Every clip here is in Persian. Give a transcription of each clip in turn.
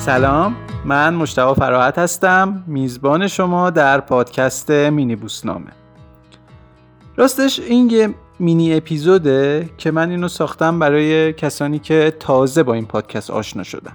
سلام، من مجتبی فراحت هستم، میزبان شما در پادکست مینیبوسنامه. راستش این یه مینی اپیزوده که من اینو ساختم برای کسانی که تازه با این پادکست آشنا شدن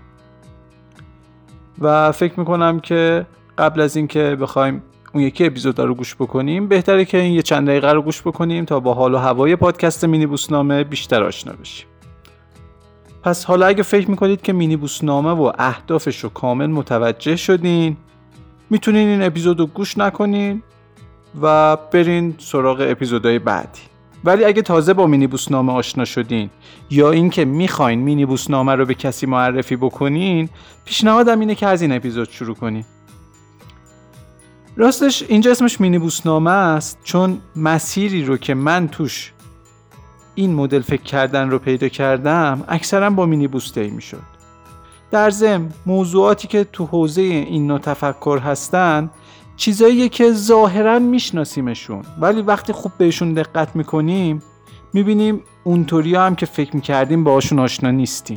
و فکر میکنم که قبل از این که بخوایم اون یکی اپیزود رو گوش بکنیم بهتره که این یه چند دقیقه رو گوش بکنیم تا با حال و هوای پادکست مینیبوسنامه بیشتر آشنا بشیم. پس حالا اگه فکر میکنید که مینیبوسنامه و اهدافش رو کامل متوجه شدین، میتونین این اپیزود رو گوش نکنین و برین سراغ اپیزودهای بعدی. ولی اگه تازه با مینیبوسنامه آشنا شدین یا اینکه میخواین مینیبوسنامه رو به کسی معرفی بکنین، پیشنهادم اینه که از این اپیزود شروع کنین. راستش اینجا اسمش مینیبوسنامه است چون مسیری رو که من توش این مدل فکر کردن رو پیدا کردم اکثرا با مینیبوس طی میشد. در ضمن موضوعاتی که تو حوزه این نوع تفکر هستن چیزاییه که ظاهرا میشناسیمشون، ولی وقتی خوب بهشون دقت میکنیم میبینیم اونطوری هم که فکر میکردیم باهاشون آشنا نیستیم.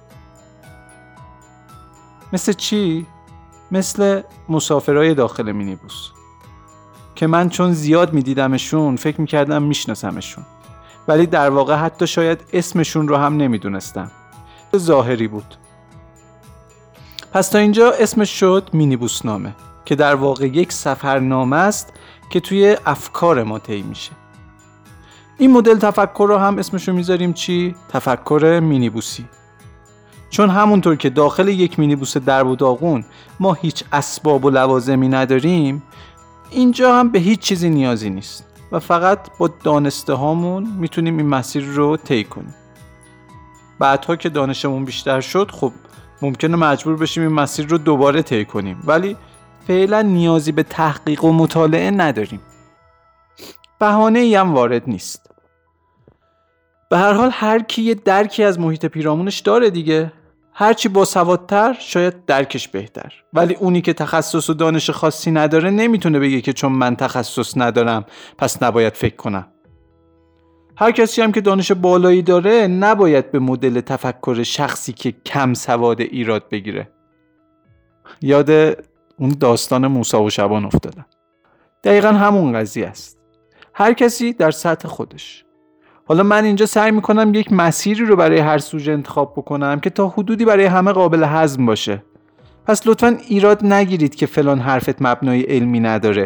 مثل چی؟ مثل مسافرای داخل مینیبوس که من چون زیاد میدیدمشون فکر میکردم میشناسمشون، ولی در واقع حتی شاید اسمشون رو هم نمیدونستم. ظاهری بود. پس تا اینجا اسمش شد مینیبوسنامه که در واقع یک سفرنامه است که توی افکار ما طی میشه. این مدل تفکر رو هم اسمش رو میذاریم چی؟ تفکر مینیبوسی. چون همونطور که داخل یک مینیبوس درب و داغون ما هیچ اسباب و لوازمی نداریم، اینجا هم به هیچ چیزی نیازی نیست و فقط با دانسته هامون میتونیم این مسیر رو طی کنیم. بعدها که دانشمون بیشتر شد خب ممکنه مجبور بشیم این مسیر رو دوباره طی کنیم، ولی فعلا نیازی به تحقیق و مطالعه نداریم. بهانه‌ای هم وارد نیست. به هر حال هر کی یه درکی از محیط پیرامونش داره دیگه. هرچی باسوادتر شاید درکش بهتر، ولی اونی که تخصص و دانش خاصی نداره نمیتونه بگه که چون من تخصص ندارم پس نباید فکر کنم. هر کسی هم که دانش بالایی داره نباید به مدل تفکر شخصی که کم سواد ایراد بگیره. یاد اون داستان موسی و شبان افتادم. دقیقا همون قضیه است. هر کسی در سطح خودش. حالا من اینجا سعی میکنم یک مسیری رو برای هر سوژه انتخاب بکنم که تا حدودی برای همه قابل هضم باشه. پس لطفاً ایراد نگیرید که فلان حرفت مبنای علمی نداره.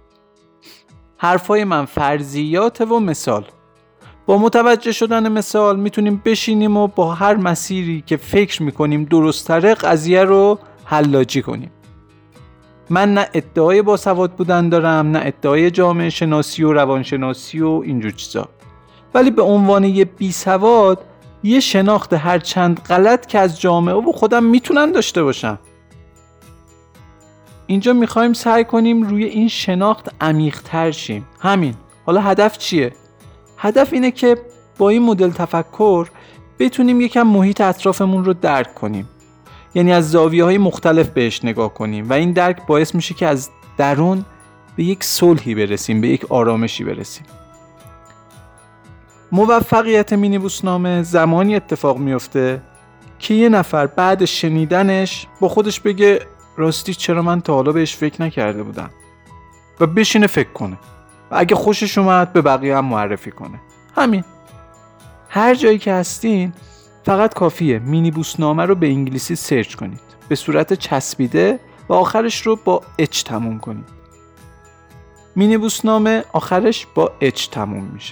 حرفای من فرضیات و مثال. با متوجه شدن مثال میتونیم بشینیم و با هر مسیری که فکر میکنیم درست‌تره قضیه رو حلاجی کنیم. من نه ادعای باسواد بودن دارم، نه ادعای جامعه شناسی و روانشناسی و اینجور چیزا. ولی به عنوان یه بیسواد یه شناخت هر چند غلط که از جامعه و خودم میتونن داشته باشم. اینجا میخوایم سعی کنیم روی این شناخت عمیق‌تر شیم. همین. حالا هدف چیه؟ هدف اینه که با این مدل تفکر بتونیم یکم محیط اطرافمون رو درک کنیم. یعنی از زاویه‌های مختلف بهش نگاه کنیم و این درک باعث میشه که از درون به یک صلحی برسیم، به یک آرامشی برسیم. موفقیت مینیبوسنامه زمانی اتفاق میفته که یه نفر بعد شنیدنش با خودش بگه راستی چرا من تا حالا بهش فکر نکرده بودم، و بشینه فکر کنه و اگه خوشش اومد به بقیه هم معرفی کنه. همین. هر جایی که هستین فقط کافیه مینیبوسنامه رو به انگلیسی سرچ کنید به صورت چسبیده و آخرش رو با اچ تموم کنید. مینیبوسنامه آخرش با اچ تموم میشه.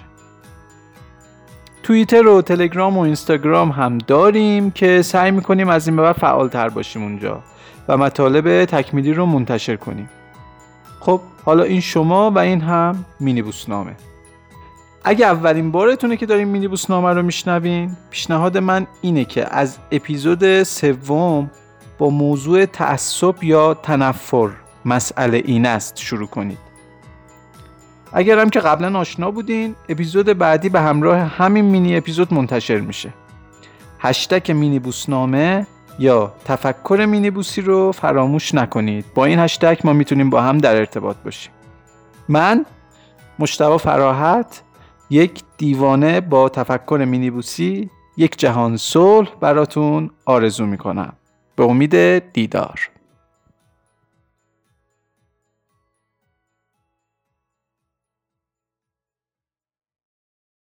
توییتر و تلگرام و اینستاگرام هم داریم که سعی میکنیم از این به بعد فعالتر باشیم اونجا و مطالب تکمیلی رو منتشر کنیم. خب حالا این شما و این هم مینیبوسنامه. اگه اولین بارتونه که دارین مینیبوسنامه رو میشنوین، پیشنهاد من اینه که از اپیزود 3 با موضوع تعصب یا تنفر، مسئله این است، شروع کنید. اگر هم که قبلا آشنا بودین، اپیزود بعدی به همراه همین مینی اپیزود منتشر میشه. هشتگ مینیبوسنامه یا تفکر مینیبوسی رو فراموش نکنید. با این هشتگ ما میتونیم با هم در ارتباط باشیم. من مجتبی فراحت، یک دیوانه با تفکر مینیبوسی، یک جهان صلح براتون آرزو میکنم. به امید دیدار.